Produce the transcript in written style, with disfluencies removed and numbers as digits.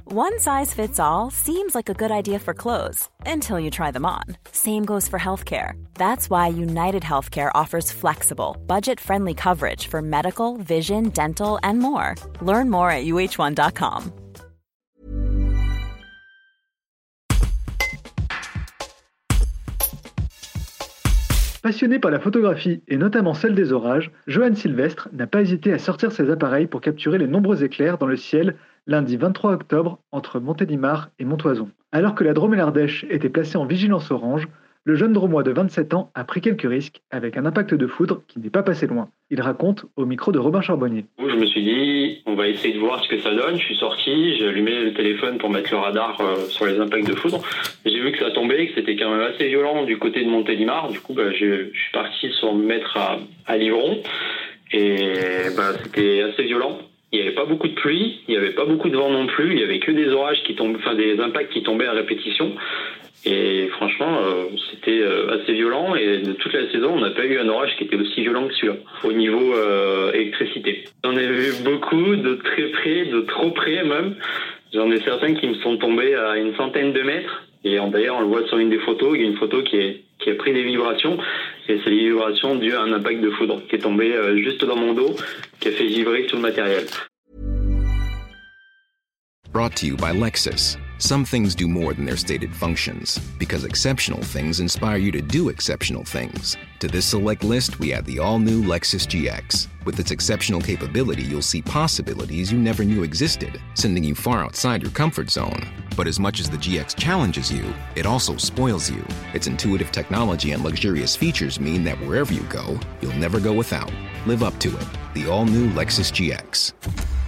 One size fits all seems like a good idea for clothes until you try them on. Same goes for healthcare. That's why United Healthcare offers flexible, budget-friendly coverage for medical, vision, dental, and more. Learn more at uh1.com. Passionné par la photographie et notamment celle des orages, Johan Sylvestre n'a pas hésité à sortir ses appareils pour capturer les nombreux éclairs dans le ciel lundi 23 octobre entre Montélimar et Montoison. Alors que la Drôme et l'Ardèche étaient placées en vigilance orange, le jeune Dromois de 27 ans a pris quelques risques avec un impact de foudre qui n'est pas passé loin. Il raconte au micro de Robin Charbonnier. Je me suis dit, on va essayer de voir ce que ça donne. Je suis sorti, j'ai allumé le téléphone pour mettre le radar sur les impacts de foudre. J'ai vu que ça tombait, que c'était quand même assez violent du côté de Montélimar. Du coup, je suis parti sur me mettre à Livron. Et c'était assez violent. Il n'y avait pas beaucoup de pluie, il n'y avait pas beaucoup de vent non plus. Il n'y avait que des orages qui tombent, des impacts qui tombaient à répétition. Et franchement, c'était assez violent et de toute la saison, on n'a pas eu un orage qui était aussi violent que celui-là, au niveau électricité. J'en ai vu beaucoup, de très près, de trop près même. J'en ai certains qui me sont tombés à une centaine de mètres. Et d'ailleurs, on le voit sur une des photos, il y a une photo qui a pris des vibrations. Et c'est les vibrations dues à un impact de foudre qui est tombé juste dans mon dos, qui a fait vibrer tout le matériel. Brought to you by Lexus. Some things do more than their stated functions, because exceptional things inspire you to do exceptional things. To this select list, we add the all-new Lexus GX. With its exceptional capability, you'll see possibilities you never knew existed, sending you far outside your comfort zone. But as much as the GX challenges you, it also spoils you. Its intuitive technology and luxurious features mean that wherever you go, you'll never go without. Live up to it. The all-new Lexus GX.